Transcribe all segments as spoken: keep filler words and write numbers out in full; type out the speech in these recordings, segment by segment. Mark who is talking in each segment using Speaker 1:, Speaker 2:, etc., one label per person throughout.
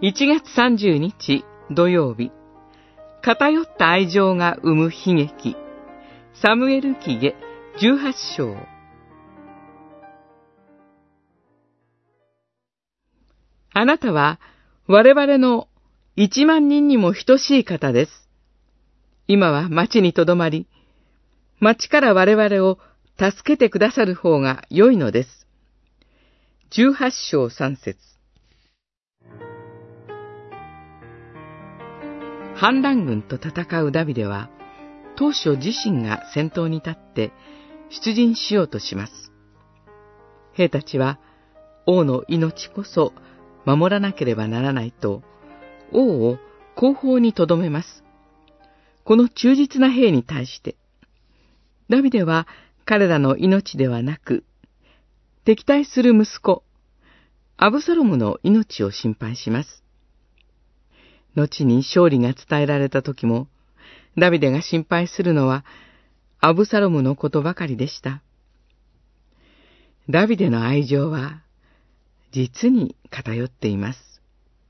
Speaker 1: いちがつさんじゅうにち土曜日、偏った愛情が生む悲劇、サムエル記下じゅうはちしょう。あなたは我々の一万人にも等しい方です。今は町にとどまり、町から我々を助けてくださる方が良いのです。じゅうはちしょうさんせつ。反乱軍と戦うダビデは、当初自身が先頭に立って出陣しようとします。兵たちは、王の命こそ守らなければならないと、王を後方に留めます。この忠実な兵に対して、ダビデは彼らの命ではなく、敵対する息子、アブサロムの命を心配します。後に勝利が伝えられた時も、ダビデが心配するのは、アブサロムのことばかりでした。ダビデの愛情は、実に偏っています。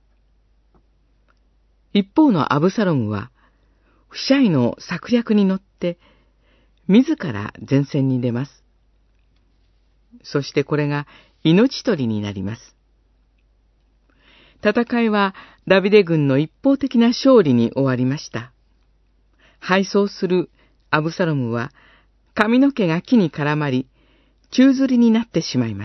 Speaker 1: 一方のアブサロムは、フシャイの策略に乗って、自ら前線に出ます。そしてこれが命取りになります。戦いはダビデ軍の一方的な勝利に終わりました。敗走するアブサロムは髪の毛が木に絡まり宙吊りになってしまいます。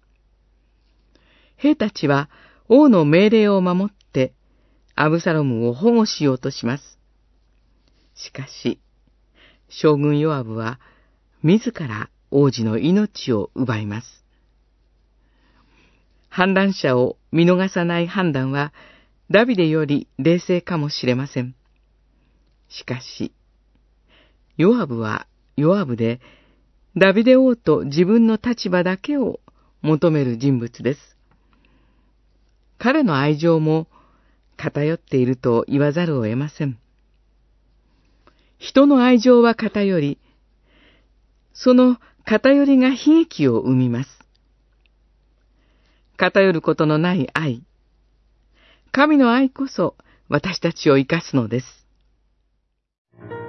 Speaker 1: 兵たちは王の命令を守ってアブサロムを保護しようとします。しかし将軍ヨアブは自ら王子の命を奪います。反乱者を見逃さない判断はダビデより冷静かもしれません。しかし、ヨアブはヨアブでダビデ王と自分の立場だけを求める人物です。彼の愛情も偏っていると言わざるを得ません。人の愛情は偏り、その偏りが悲劇を生みます。偏ることのない愛。神の愛こそ私たちを生かすのです。